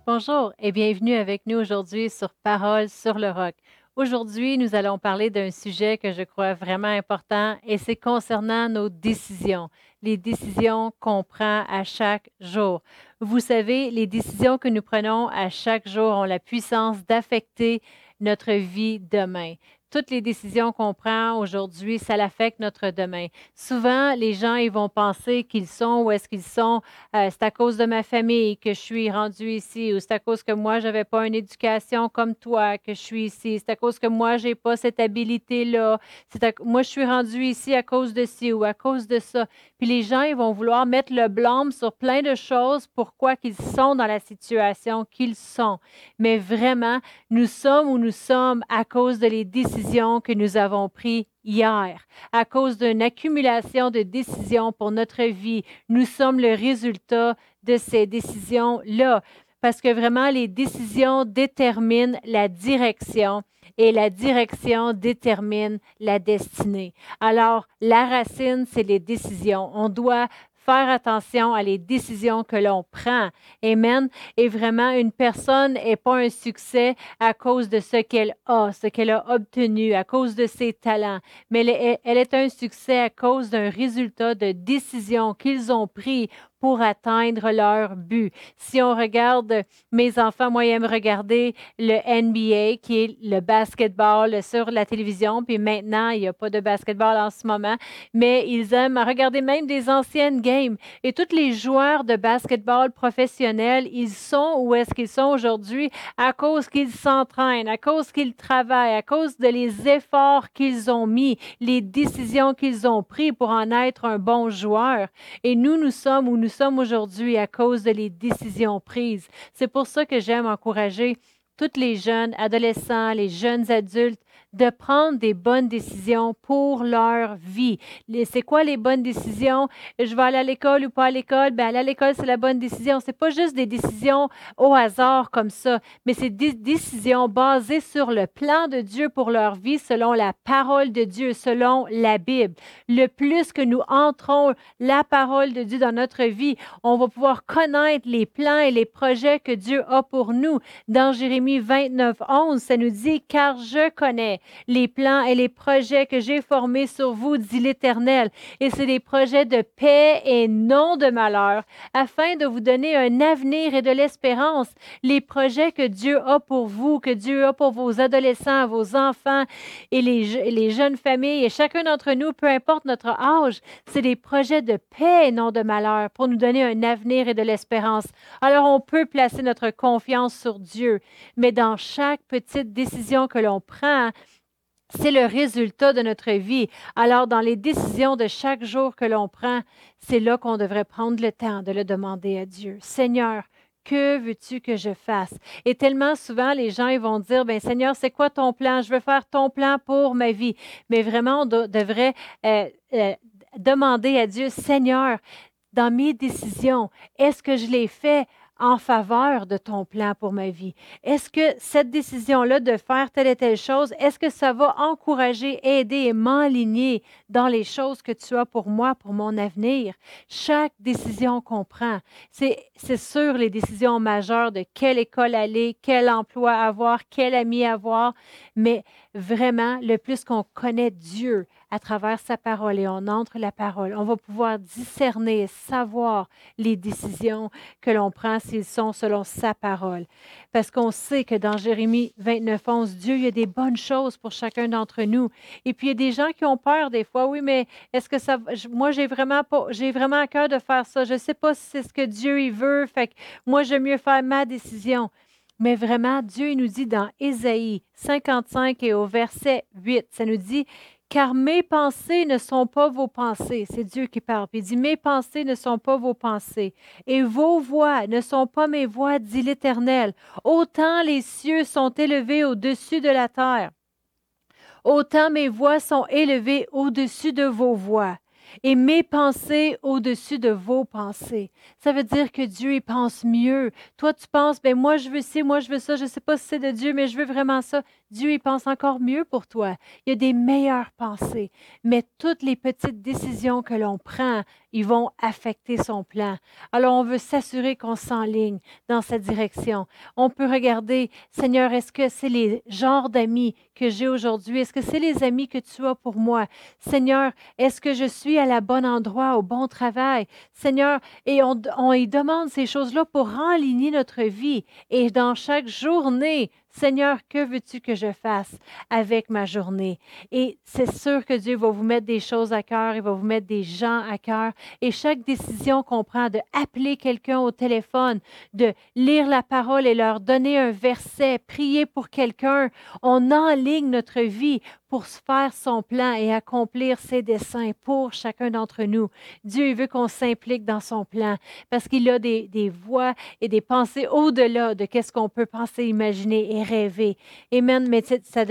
Bonjour et bienvenue avec nous aujourd'hui sur Parole sur le roc. Aujourd'hui, nous allons parler d'un sujet que je crois vraiment important et c'est concernant nos décisions, les décisions qu'on prend à chaque jour. Vous savez, les décisions que nous prenons à chaque jour ont la puissance d'affecter notre vie demain. Toutes les décisions qu'on prend aujourd'hui, ça affecte notre demain. Souvent, les gens ils vont penser qu'ils sont où est-ce qu'ils sont. C'est à cause de ma famille que je suis rendue ici, ou c'est à cause que moi, je n'avais pas une éducation comme toi que je suis ici. C'est à cause que moi, je n'ai pas cette habilité-là. Moi, je suis rendue ici à cause de ci ou à cause de ça. Puis les gens, ils vont vouloir mettre le blâme sur plein de choses pourquoi qu'ils sont dans la situation qu'ils sont. Mais vraiment, nous sommes où nous sommes à cause de les décisions que nous avons prises hier, à cause d'une accumulation de décisions pour notre vie. Nous sommes le résultat de ces décisions-là, parce que vraiment, les décisions déterminent la direction et la direction détermine la destinée. Alors, la racine, c'est les décisions. On doit faire attention à les décisions que l'on prend. Amen. Et vraiment, une personne n'est pas un succès à cause de ce qu'elle a obtenu, à cause de ses talents, mais elle est un succès à cause d'un résultat de décisions qu'ils ont prises pour atteindre leur but. Si on regarde mes enfants, moi, ils aiment regarder le NBA, qui est le basketball sur la télévision, puis maintenant, il n'y a pas de basketball en ce moment, mais ils aiment regarder même des anciennes games. Et tous les joueurs de basketball professionnels, ils sont où est-ce qu'ils sont aujourd'hui à cause qu'ils s'entraînent, à cause qu'ils travaillent, à cause de les efforts qu'ils ont mis, les décisions qu'ils ont prises pour en être un bon joueur. Et nous sommes où nous sommes aujourd'hui à cause de les décisions prises. C'est pour ça que j'aime encourager tous les jeunes adolescents, les jeunes adultes, de prendre des bonnes décisions pour leur vie. C'est quoi les bonnes décisions? Je vais aller à l'école ou pas à l'école? Ben, aller à l'école, c'est la bonne décision. C'est pas juste des décisions au hasard comme ça, mais c'est des décisions basées sur le plan de Dieu pour leur vie, selon la parole de Dieu, selon la Bible. Le plus que nous entrons la parole de Dieu dans notre vie, on va pouvoir connaître les plans et les projets que Dieu a pour nous. Dans Jérémie 29, 11, ça nous dit, « Car je connais les plans et les projets que j'ai formés sur vous, dit l'Éternel. Et c'est des projets de paix et non de malheur, afin de vous donner un avenir et de l'espérance. » Les projets que Dieu a pour vous, que Dieu a pour vos adolescents, vos enfants et les jeunes familles, et chacun d'entre nous, peu importe notre âge, c'est des projets de paix et non de malheur pour nous donner un avenir et de l'espérance. Alors, on peut placer notre confiance sur Dieu, mais dans chaque petite décision que l'on prend, c'est le résultat de notre vie. Alors, dans les décisions de chaque jour que l'on prend, c'est là qu'on devrait prendre le temps de le demander à Dieu. Seigneur, que veux-tu que je fasse? Et tellement souvent, les gens ils vont dire, ben Seigneur, c'est quoi ton plan? Je veux faire ton plan pour ma vie. Mais vraiment, devrait demander à Dieu, Seigneur, dans mes décisions, est-ce que je les fais en faveur de ton plan pour ma vie? Est-ce que cette décision-là de faire telle et telle chose, est-ce que ça va encourager, aider et m'aligner dans les choses que tu as pour moi, pour mon avenir? Chaque décision qu'on prend, c'est sûr les décisions majeures de quelle école aller, quel emploi avoir, quel ami avoir, mais vraiment, le plus qu'on connaît Dieu à travers sa parole et on entre la parole, on va pouvoir discerner, savoir les décisions que l'on prend s'ils sont selon sa parole. Parce qu'on sait que dans Jérémie 29, 11, Dieu, il y a des bonnes choses pour chacun d'entre nous. Et puis, il y a des gens qui ont peur des fois. Oui, mais est-ce que ça... Moi, j'ai vraiment à cœur de faire ça. Je ne sais pas si c'est ce que Dieu il veut. Fait que moi, j'aime mieux faire ma décision. Mais vraiment, Dieu il nous dit dans Ésaïe 55 et au verset 8, ça nous dit, car mes pensées ne sont pas vos pensées. C'est Dieu qui parle. Puis il dit, mes pensées ne sont pas vos pensées. Et vos voix ne sont pas mes voix, dit l'Éternel. Autant les cieux sont élevés au-dessus de la terre, autant mes voix sont élevées au-dessus de vos voix. et mes pensées au-dessus de vos pensées. Ça veut dire que Dieu, il pense mieux. Toi, tu penses, ben moi, je veux ci, moi, je veux ça. Je ne sais pas si c'est de Dieu, mais je veux vraiment ça. Dieu, il pense encore mieux pour toi. Il y a des meilleures pensées. Mais toutes les petites décisions que l'on prend, ils vont affecter son plan. Alors, on veut s'assurer qu'on s'enligne dans cette direction. On peut regarder, Seigneur, est-ce que c'est les genres d'amis que j'ai aujourd'hui? Est-ce que c'est les amis que tu as pour moi? Seigneur, est-ce que je suis à la bonne endroit, au bon travail? Seigneur, et on y demande ces choses-là pour enligner notre vie. Et dans chaque journée, Seigneur, que veux-tu que je fasse avec ma journée? Et c'est sûr que Dieu va vous mettre des choses à cœur, il va vous mettre des gens à cœur. Et chaque décision qu'on prend, de appeler quelqu'un au téléphone, de lire la parole et leur donner un verset, prier pour quelqu'un, on enligne notre vie pour faire son plan et accomplir ses desseins pour chacun d'entre nous. Dieu il veut qu'on s'implique dans son plan parce qu'il a des voies et des pensées au-delà de qu'est-ce qu'on peut penser, imaginer et rêver. Amen. Mais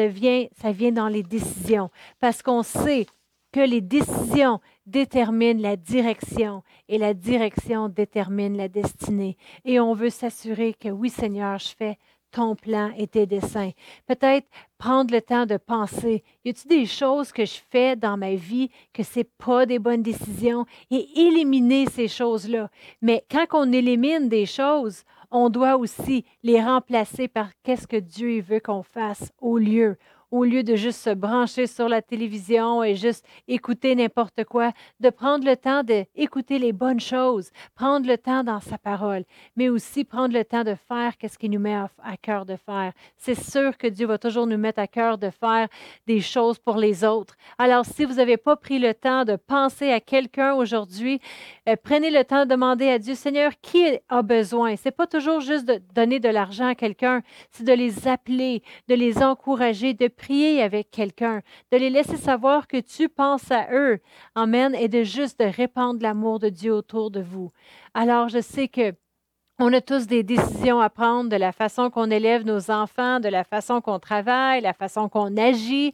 ça vient dans les décisions parce qu'on sait que les décisions déterminent la direction et la direction détermine la destinée. Et on veut s'assurer que oui, Seigneur, je fais ton plan et tes desseins. Peut-être prendre le temps de penser, y a-t-il des choses que je fais dans ma vie que c'est pas des bonnes décisions et éliminer ces choses-là. Mais quand on élimine des choses, on doit aussi les remplacer par qu'est-ce que Dieu veut qu'on fasse au lieu de juste se brancher sur la télévision et juste écouter n'importe quoi, de prendre le temps d'écouter les bonnes choses, prendre le temps dans sa parole, mais aussi prendre le temps de faire qu'est-ce qu'il nous met à cœur de faire. C'est sûr que Dieu va toujours nous mettre à cœur de faire des choses pour les autres. Alors, si vous n'avez pas pris le temps de penser à quelqu'un aujourd'hui, prenez le temps de demander à Dieu, Seigneur, qui a besoin? C'est pas toujours juste de donner de l'argent à quelqu'un, c'est de les appeler, de les encourager, de prier avec quelqu'un, de les laisser savoir que tu penses à eux. Amen. Et de juste de répandre l'amour de Dieu autour de vous. Alors, je sais que on a tous des décisions à prendre de la façon qu'on élève nos enfants, de la façon qu'on travaille, la façon qu'on agit.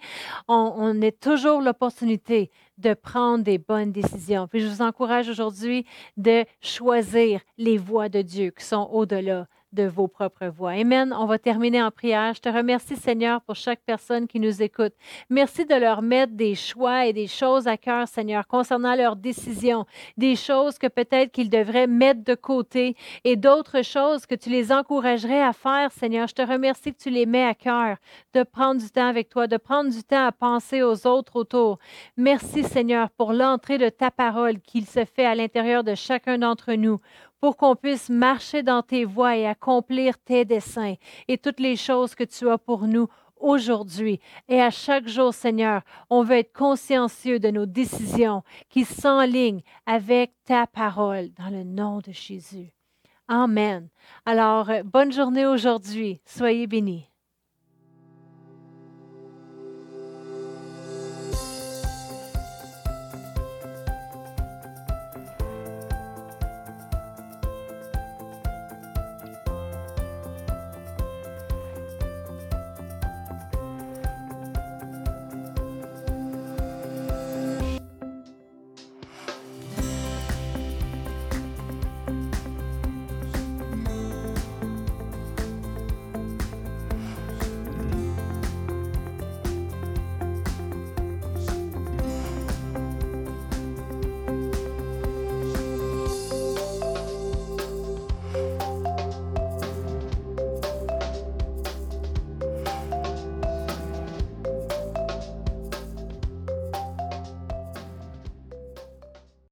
On a toujours l'opportunité de prendre des bonnes décisions. Puis je vous encourage aujourd'hui de choisir les voies de Dieu qui sont au-delà de vos propres voies. Amen. On va terminer en prière. Je te remercie, Seigneur, pour chaque personne qui nous écoute. Merci de leur mettre des choix et des choses à cœur, Seigneur, concernant leurs décisions, des choses que peut-être qu'ils devraient mettre de côté et d'autres choses que tu les encouragerais à faire, Seigneur. Je te remercie que tu les mets à cœur, de prendre du temps avec toi, de prendre du temps à penser aux autres autour. Merci, Seigneur, pour l'entrée de ta parole qui se fait à l'intérieur de chacun d'entre nous, pour qu'on puisse marcher dans tes voies et accomplir tes desseins et toutes les choses que tu as pour nous aujourd'hui. Et à chaque jour, Seigneur, on veut être consciencieux de nos décisions qui s'enlignent avec ta parole dans le nom de Jésus. Amen. Alors, bonne journée aujourd'hui. Soyez bénis.